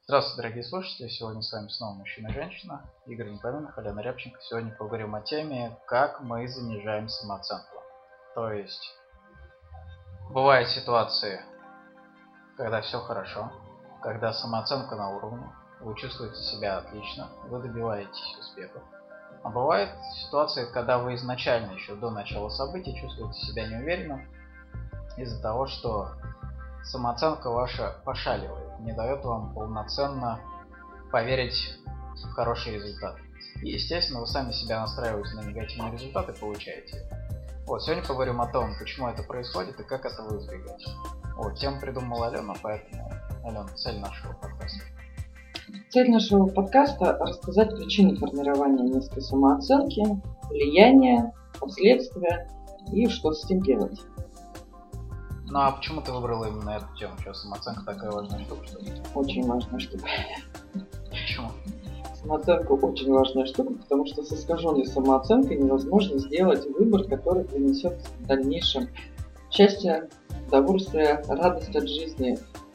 Здравствуйте, дорогие слушатели! Сегодня с вами снова мужчина и женщина. Игорь Непоминов, Алена Рябченко. Сегодня поговорим о теме, как мы занижаем самооценку. То есть, бывают ситуации, когда все хорошо, когда самооценка на уровне, вы чувствуете себя отлично, вы добиваетесь успехов. А бывают ситуации, когда вы изначально, еще до начала событий, чувствуете себя неуверенно из-за того, что самооценка ваша пошаливает, не дает вам полноценно поверить в хороший результат. И, естественно, вы сами себя настраиваете на негативный результат и получаете. Сегодня поговорим о том, почему это происходит и как этого избегать. Тему придумала Алена, поэтому, Алена, цель нашего подкаста. Цель нашего подкаста – рассказать причины формирования низкой самооценки, влияния, последствия и что с этим делать. Ну а почему ты выбрала именно эту тему? Что, самооценка такая важная штука, что ли? Очень важная штука. Почему? Самооценка очень важная штука, потому что с искаженной самооценкой невозможно сделать выбор, который принесет в дальнейшем счастье, удовольствие, радость от жизни.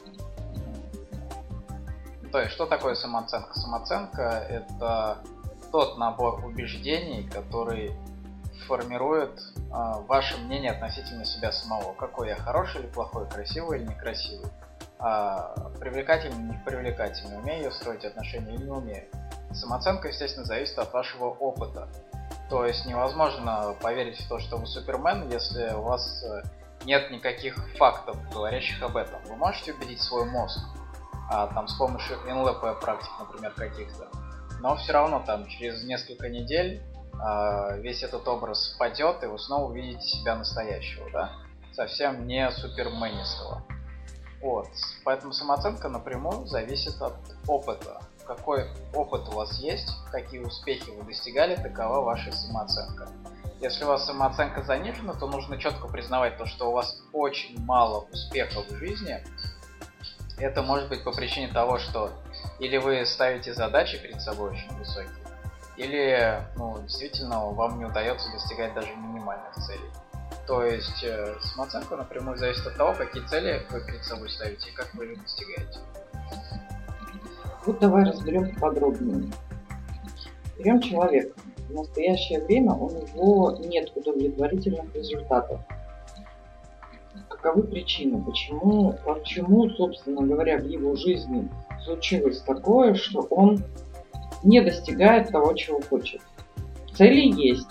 То есть, что такое самооценка? Самооценка – это тот набор убеждений, который формирует ваше мнение относительно себя самого. Какой я, хороший или плохой, красивый или некрасивый, привлекательный или непривлекательный, умею я строить отношения или не умею. Самооценка, естественно, зависит от вашего опыта. То есть невозможно поверить в то, что вы супермен, если у вас нет никаких фактов, говорящих об этом. Вы можете убедить свой мозг с помощью НЛП практик, например, каких-то, но все равно через несколько недель весь этот образ падет, и вы снова увидите себя настоящего, да? Совсем не суперменистого. Поэтому самооценка напрямую зависит от опыта. Какой опыт у вас есть, какие успехи вы достигали, такова ваша самооценка. Если у вас самооценка занижена, то нужно четко признавать то, что у вас очень мало успехов в жизни. Это может быть по причине того, что или вы ставите задачи перед собой очень высокие, или действительно вам не удается достигать даже минимальных целей. То есть самооценка напрямую зависит от того, какие цели вы перед собой ставите и как вы их достигаете. Давай разберем поподробнее. Берем человека. В настоящее время у него нет удовлетворительных результатов. Каковы причины? Почему, собственно говоря, в его жизни случилось такое, что он не достигает того, чего хочет? Цели есть.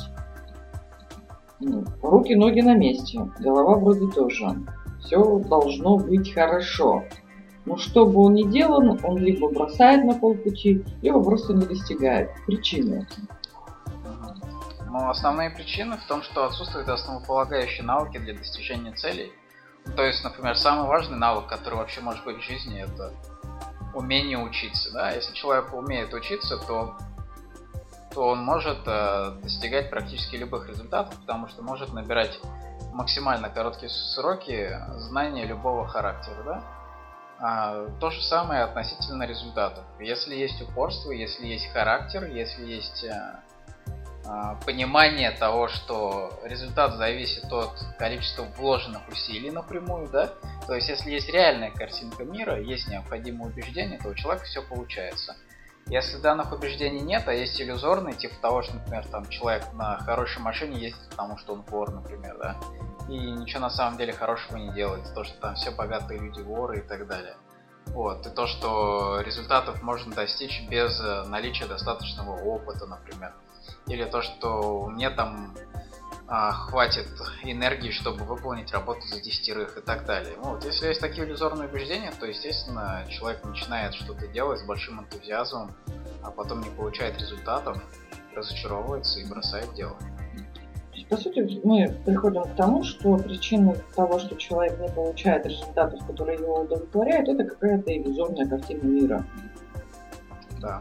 Руки, ноги на месте. Голова вроде тоже. Все должно быть хорошо. Но что бы он ни делал, он либо бросает на полпути, либо просто не достигает. Причины. Основные причины в том, что отсутствуют основополагающие навыки для достижения целей. То есть, например, самый важный навык, который вообще может быть в жизни, это умение учиться. Да? Если человек умеет учиться, то он может достигать практически любых результатов, потому что может набирать в максимально короткие сроки знания любого характера. Да? То же самое относительно результатов. Если есть упорство, если есть характер, если есть понимание того, что результат зависит от количества вложенных усилий напрямую, да? То есть, если есть реальная картинка мира, есть необходимые убеждения, то у человека все получается. Если данных убеждений нет, а есть иллюзорные, типа того, что, например, человек на хорошей машине ездит, потому что он вор, например, да, и ничего на самом деле хорошего не делает, то, что там все богатые люди воры и так далее. И то, что результатов можно достичь без наличия достаточного опыта, например. Или то, что мне хватит энергии, чтобы выполнить работу за 10 и так далее. Если есть такие иллюзорные убеждения, то, естественно, человек начинает что-то делать с большим энтузиазмом, а потом не получает результатов, разочаровывается и бросает дело. По сути, мы приходим к тому, что причина того, что человек не получает результатов, которые его удовлетворяют, это какая-то иллюзорная картина мира. Да.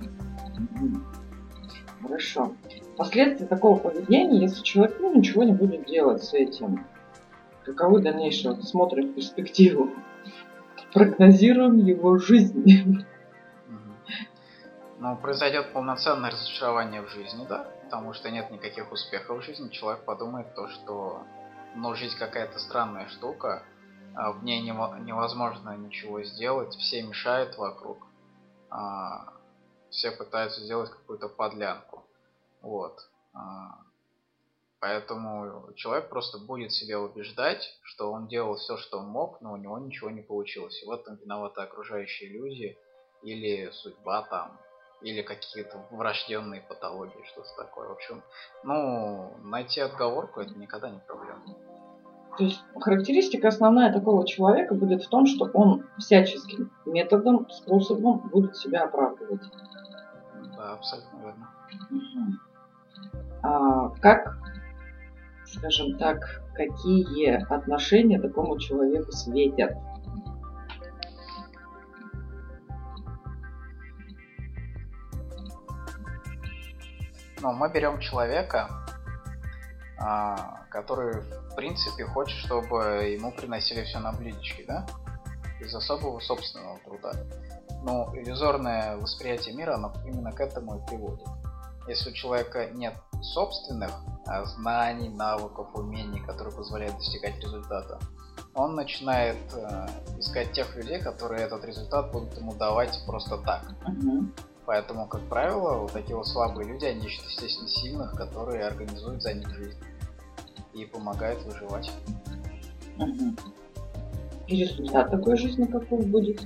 Хорошо. Последствия такого поведения, если человек ничего не будет делать с этим, каковы дальнейшие? Смотрим в перспективу, прогнозируем его жизнь. Произойдет полноценное разочарование в жизни, да, потому что нет никаких успехов в жизни. Человек подумает что жизнь какая-то странная штука, в ней невозможно ничего сделать, все мешают вокруг. все пытаются сделать какую-то подлянку. Вот. Поэтому человек просто будет себя убеждать, что он делал все, что он мог, но у него ничего не получилось. И в этом виноваты окружающие люди или судьба там, или какие-то врожденные патологии, что-то такое. В общем, найти отговорку — это никогда не проблема. То есть характеристика основная такого человека будет в том, что он всяческим методом, способом будет себя оправдывать. Да, абсолютно верно. Как, скажем так, какие отношения такому человеку светят? Мы берем человека, который, в принципе, хочет, чтобы ему приносили все на блюдечке, да? Без особого собственного труда. Но иллюзорное восприятие мира, оно именно к этому и приводит. Если у человека нет собственных знаний, навыков, умений, которые позволяют достигать результата, он начинает искать тех людей, которые этот результат будут ему давать просто так. Поэтому, как правило, вот такие вот слабые люди, они ищут, естественно, сильных, которые организуют за них жизнь и помогают выживать. И результат такой жизни какой будет?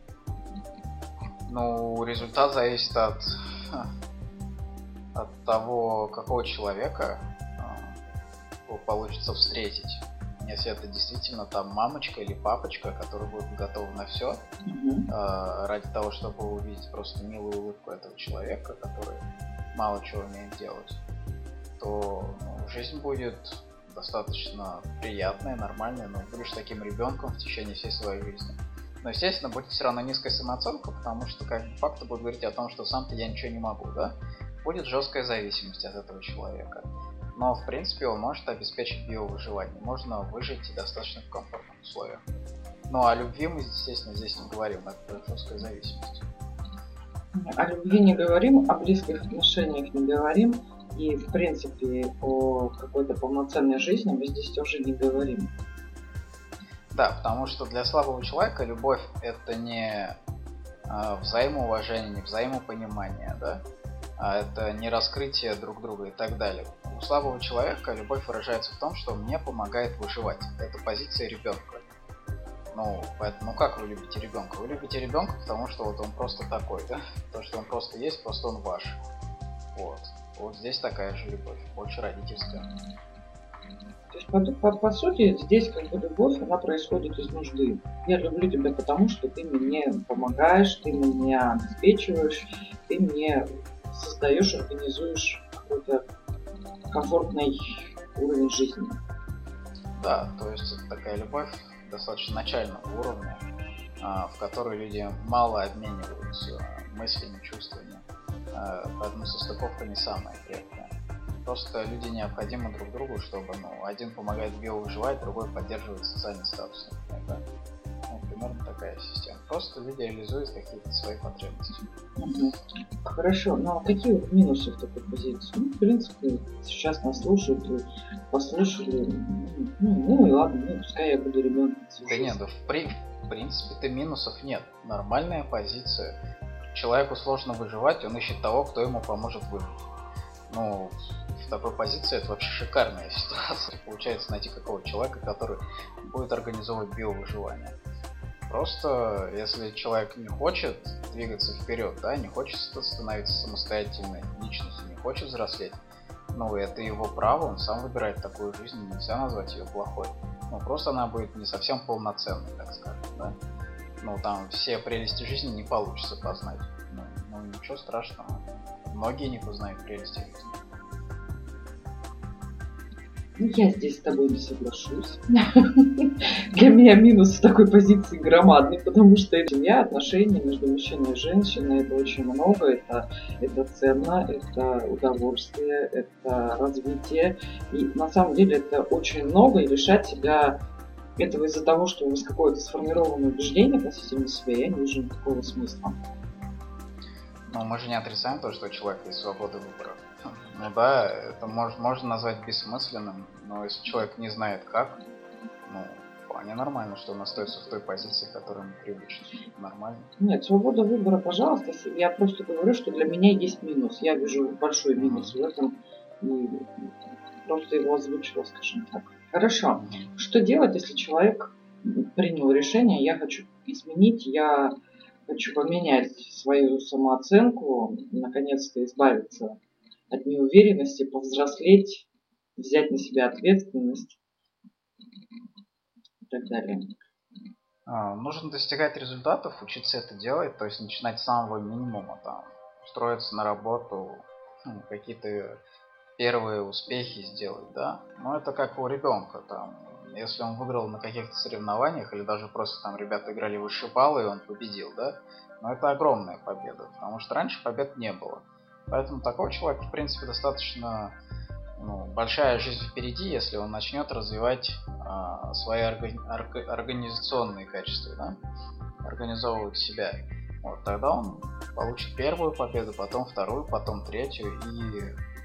Результат зависит от того, какого человека получится встретить. Если это действительно там мамочка или папочка, которые будут готовы на все ради того, чтобы увидеть просто милую улыбку этого человека, который мало чего умеет делать, то жизнь будет достаточно приятная, нормальная, но будешь таким ребенком в течение всей своей жизни. Но, естественно, будет все равно низкая самооценка, потому что факты будут говорить о том, что сам-то я ничего не могу, да? Будет жесткая зависимость от этого человека. Но, в принципе, он может обеспечить биовыживание. Можно выжить и достаточно в комфортных условиях. О любви мы, естественно, здесь не говорим. Это жесткая зависимость. О любви не говорим, о близких отношениях не говорим. И, в принципе, о какой-то полноценной жизни мы здесь тоже не говорим. Да, потому что для слабого человека любовь — это не взаимоуважение, не взаимопонимание, да? А это не раскрытие друг друга и так далее. У слабого человека любовь выражается в том, что мне помогает выживать. Это позиция ребенка. Поэтому как вы любите ребенка? Вы любите ребенка, потому что вот он просто такой, да? То, что он просто есть, просто он ваш. Вот здесь такая же любовь, больше родительская. То есть, по сути, здесь как бы любовь, она происходит из нужды. Я люблю тебя потому, что ты мне помогаешь, ты меня обеспечиваешь, ты мне создаешь, организуешь какой-то комфортный уровень жизни. Да, то есть это такая любовь достаточно начального уровня, в которой люди мало обмениваются мыслями, чувствами. Поэтому состыковка не самая крепкая. Просто люди необходимы друг другу, чтобы один помогает биовыживать, другой поддерживает социальный статус, например, да? Примерно такая система. Просто люди реализуют какие-то свои потребности. Хорошо, но какие минусы в такой позиции? В принципе, сейчас нас слушают и послушали. И ладно, пускай я буду ребенком. Да нет, в принципе-то минусов нет. Нормальная позиция. Человеку сложно выживать, он ищет того, кто ему поможет выжить. В такой позиции это вообще шикарная ситуация. Получается найти какого-то человека, который будет организовывать биовыживание. Просто если человек не хочет двигаться вперед, да, не хочет становиться самостоятельной личностью, не хочет взрослеть, это его право, он сам выбирает такую жизнь, нельзя назвать ее плохой. Просто она будет не совсем полноценной, так скажем, да. Там все прелести жизни не получится познать. Ничего страшного. Многие не познают прелести жизни. Я здесь с тобой не соглашусь. Для меня минус в такой позиции громадный, потому что семья, отношения между мужчиной и женщиной, это очень много, это ценно, это удовольствие, это развитие. И на самом деле это очень много, и лишать себя этого из-за того, что у вас какое-то сформированное убеждение относительно себя, я не вижу никакого смысла. Мы же не отрицаем то, что у человека есть свобода выбора. Да, это можно назвать бессмысленным, но если человек не знает как, вполне нормально, что он остается в той позиции, к которой ему привычно. Нормально. Нет, свобода выбора, пожалуйста. Я просто говорю, что для меня есть минус. Я вижу большой минус в этом. И просто его озвучила, скажем так. Хорошо. Что делать, если человек принял решение, я хочу изменить, я хочу поменять свою самооценку, наконец-то избавиться от неуверенности, повзрослеть, взять на себя ответственность и так далее. Нужно достигать результатов, учиться это делать, то есть начинать с самого минимума, там, устроиться на работу, какие-то первые успехи сделать, да. Но это как у ребенка, там, если он выиграл на каких-то соревнованиях, или даже просто там ребята играли высшие баллы, и он победил, да, но это огромная победа, потому что раньше побед не было. Поэтому такого человека, в принципе, достаточно большая жизнь впереди, если он начнет развивать свои организационные качества, да, организовывать себя. Вот, тогда он получит первую победу, потом вторую, потом третью, и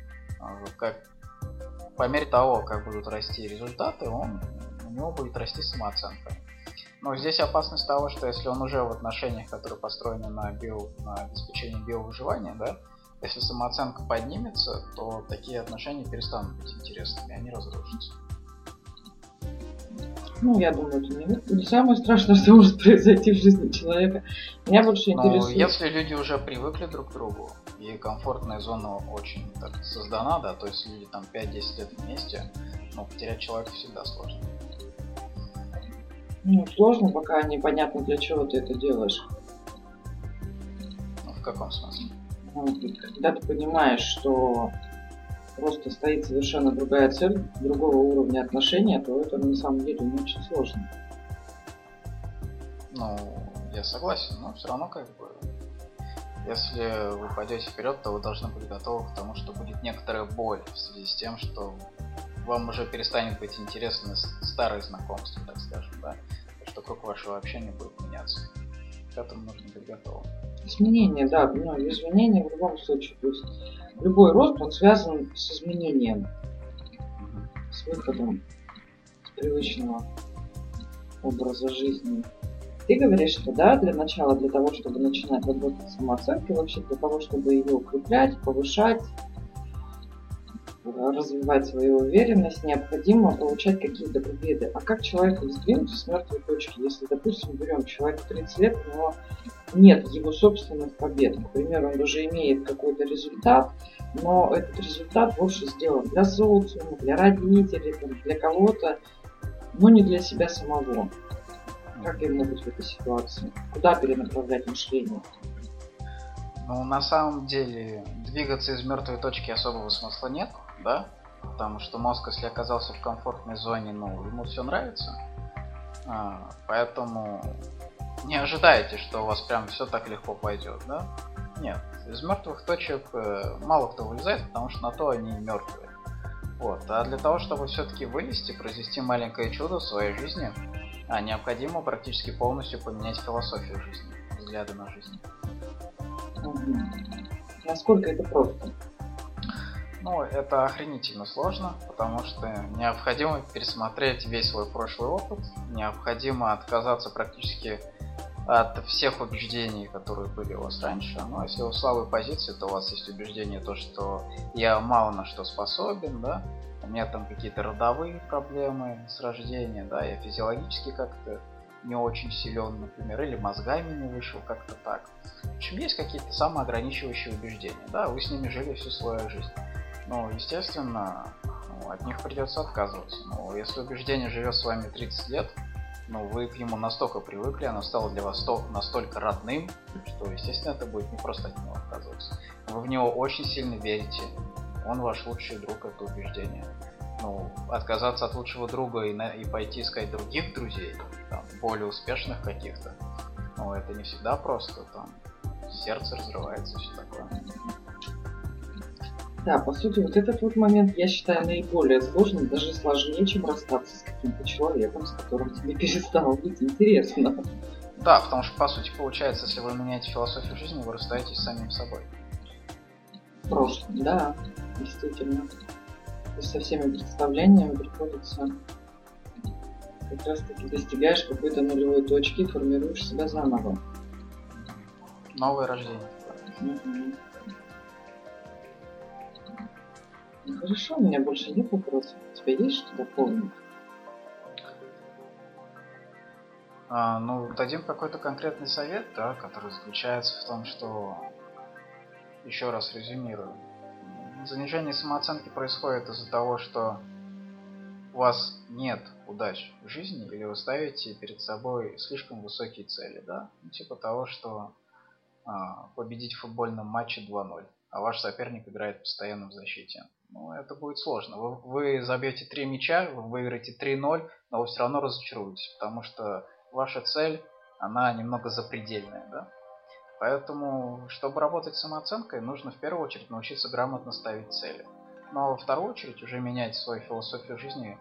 по мере того, как будут расти результаты, у него будет расти самооценка. Но здесь опасность того, что если он уже в отношениях, которые построены на обеспечении биовыживания, да, если самооценка поднимется, то такие отношения перестанут быть интересными, они разрушатся. Я думаю, это не самое страшное, что может произойти в жизни человека. Меня больше интересует... Если люди уже привыкли друг к другу, и комфортная зона очень так создана, да, то есть люди там 5-10 лет вместе, потерять человека всегда сложно. Сложно, пока непонятно, для чего ты это делаешь. В каком смысле? Когда ты понимаешь, что просто стоит совершенно другая цель, другого уровня отношения, то это на самом деле не очень сложно. Я согласен, но все равно если вы пойдете вперед, то вы должны быть готовы к тому, что будет некоторая боль в связи с тем, что вам уже перестанет быть интересны старые знакомства, так скажем, да, что круг вашего общения будет меняться. К этому нужно быть готовым. Изменения, да, изменения в любом случае. То есть любой рост, он связан с изменением, с выходом с привычного образа жизни. Ты говоришь, что да, для начала, для того, чтобы начинать работать с самооценкой, вообще для того, чтобы ее укреплять, повышать, развивать свою уверенность, необходимо получать какие-то победы. А как человеку сдвинуться с мертвой точки, если, допустим, берем человека 30 лет, у него нет его собственных побед. К примеру, он даже имеет какой-то результат, но этот результат больше сделан для социума, для родителей, для кого-то, но не для себя самого. Как ему быть в этой ситуации? Куда перенаправлять мышление? На самом деле, двигаться из мертвой точки особого смысла нет, да? Потому что мозг, если оказался в комфортной зоне, ему все нравится. Поэтому не ожидайте, что у вас прям все так легко пойдет, да? Нет, из мертвых точек мало кто вылезает, потому что на то они и мертвые. Вот. А для того, чтобы все-таки вылезти, произвести маленькое чудо в своей жизни, необходимо практически полностью поменять философию жизни, взгляды на жизнь. Насколько это просто? Это охренительно сложно, потому что необходимо пересмотреть весь свой прошлый опыт, необходимо отказаться практически от всех убеждений, которые были у вас раньше. Если вы в слабой позиции, то у вас есть убеждение, что я мало на что способен, да, у меня там какие-то родовые проблемы с рождения, да, я физиологически как-то не очень силен, например, или мозгами не вышел, как-то так. В общем, есть какие-то самоограничивающие убеждения, да, вы с ними жили всю свою жизнь. Естественно, от них придется отказываться. Если убеждение живет с вами 30 лет, вы к нему настолько привыкли, оно стало для вас настолько родным, что, естественно, это будет не просто от него отказываться. Вы в него очень сильно верите, он ваш лучший друг, это убеждение. Отказаться от лучшего друга и пойти искать других друзей, там, более успешных каких-то, это не всегда просто, там, сердце разрывается и все такое. Да, по сути, вот этот момент, я считаю, наиболее сложным, даже сложнее, чем расстаться с каким-то человеком, с которым тебе перестало быть интересно. Да, потому что, по сути, получается, если вы меняете философию жизни, вы расстаетесь с самим собой. Просто, да, действительно. То есть со всеми представлениями приходится как раз таки достигаешь какой-то нулевой точки, формируешь себя заново. Новое рождение. Мгм. Ну, хорошо, у меня больше нет вопросов. У тебя есть что дополнить? Ну, дадим какой-то конкретный совет, да, который заключается в том, что, еще раз резюмирую, занижение самооценки происходит из-за того, что у вас нет удач в жизни, или вы ставите перед собой слишком высокие цели, да, ну, типа того, что победить в футбольном матче 2-0, а ваш соперник играет постоянно в защите. Ну, это будет сложно. Вы забьете 3 мяча, вы выиграете 3-0, но вы все равно разочаруетесь, потому что ваша цель, она немного запредельная, да? Поэтому, чтобы работать с самооценкой, нужно в первую очередь научиться грамотно ставить цели. Но во вторую очередь уже менять свою философию жизни,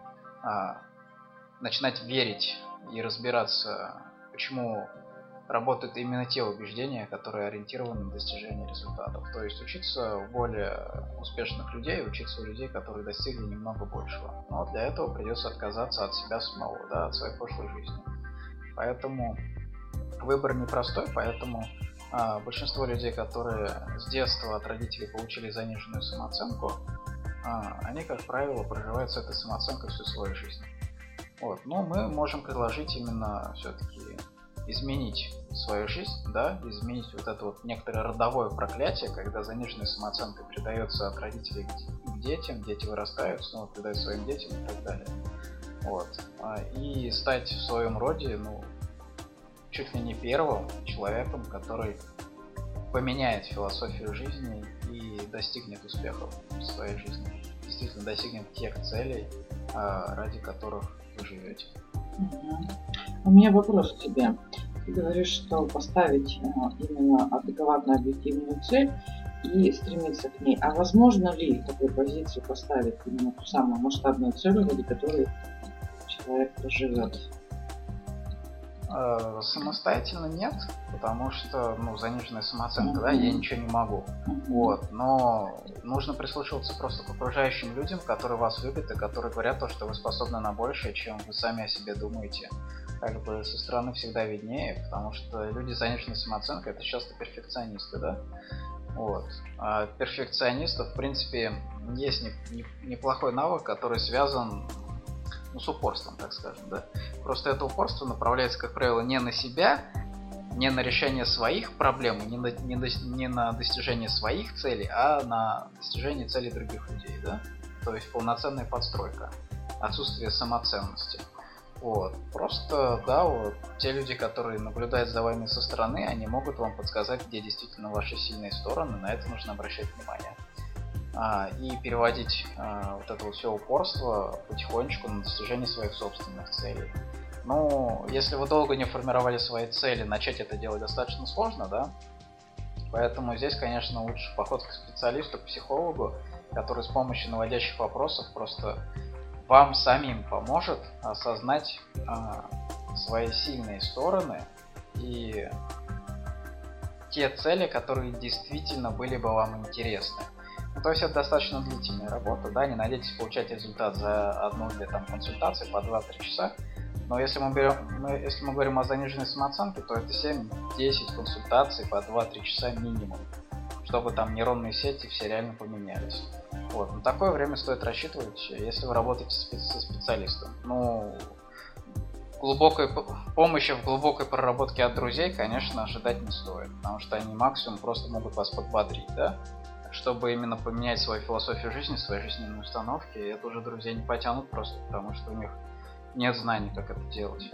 начинать верить и разбираться, почему работают именно те убеждения, которые ориентированы на достижение результатов. То есть учиться у более успешных людей, учиться у людей, которые достигли немного большего. Но для этого придется отказаться от себя самого, да, от своей прошлой жизни. Поэтому выбор непростой, поэтому большинство людей, которые с детства от родителей получили заниженную самооценку, они, как правило, проживают с этой самооценкой всю свою жизнь. Вот. Но мы можем предложить именно все-таки изменить свою жизнь, да, изменить вот это вот некоторое родовое проклятие, когда заниженная самооценка передается от родителей к детям, дети вырастают, снова передают своим детям и так далее. Вот. И стать в своем роде, ну, чуть ли не первым человеком, который поменяет философию жизни и достигнет успехов в своей жизни. Действительно достигнет тех целей, ради которых вы живете. У меня вопрос к тебе. Ты говоришь, что поставить именно адекватно объективную цель и стремиться к ней. А возможно ли такой позиции поставить именно ту самую масштабную цель, ради которой человек проживет? Самостоятельно нет, потому что, ну, заниженная самооценка, да, я ничего не могу. Вот, но нужно прислушиваться просто к окружающим людям, которые вас любят и которые говорят то, что вы способны на большее, чем вы сами о себе думаете. Как бы со стороны всегда виднее, потому что люди с заниженной самооценкой — это часто перфекционисты, да. Вот. А перфекционистов, в принципе, есть неплохой навык, который связан, ну, с упорством, так скажем, да. Просто это упорство направляется, как правило, не на себя, не на решение своих проблем, не на достижение своих целей, а на достижение целей других людей, да. То есть полноценная подстройка, отсутствие самоценности. Вот. Просто, да, вот те люди, которые наблюдают за вами со стороны, они могут вам подсказать, где действительно ваши сильные стороны, на это нужно обращать внимание. И переводить вот это вот все упорство потихонечку на достижение своих собственных целей. Ну, если вы долго не формировали свои цели, начать это делать достаточно сложно, да? Поэтому здесь, конечно, лучше поход к специалисту, к психологу, который с помощью наводящих вопросов просто вам самим поможет осознать свои сильные стороны и те цели, которые действительно были бы вам интересны. Ну, то есть это достаточно длительная работа, да, не надейтесь получать результат за одну-две там консультации по 2-3 часа. Но если мы говорим о заниженной самооценке, то это 7-10 консультаций по 2-3 часа минимум, чтобы там нейронные сети все реально поменялись. Вот. На такое время стоит рассчитывать, если вы работаете со специалистом. Ну, глубокой помощи в глубокой проработке от друзей, конечно, ожидать не стоит, потому что они максимум просто могут вас подбодрить, да? Чтобы именно поменять свою философию жизни, свои жизненные установки, это уже друзья не потянут просто, потому что у них нет знаний, как это делать.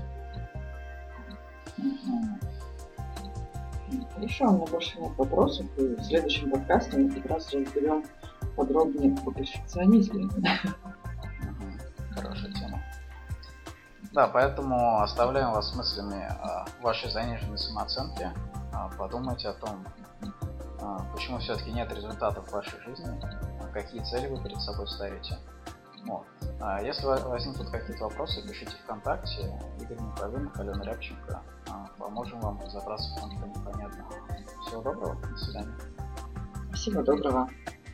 Хорошо, у меня больше нет вопросов, и в следующем подкасте мы как раз разберем подробнее по перфекционизму. Хорошая тема. Да, поэтому оставляем вас с мыслями о вашей заниженной самооценке. Подумайте о том, почему все-таки нет результатов в вашей жизни, какие цели вы перед собой ставите. Вот. Если возникнут какие-то вопросы, пишите ВКонтакте. Игорь Михайлович, Алена Рябченко. Поможем вам разобраться в том, что непонятно. Всего доброго, до свидания. Всего доброго.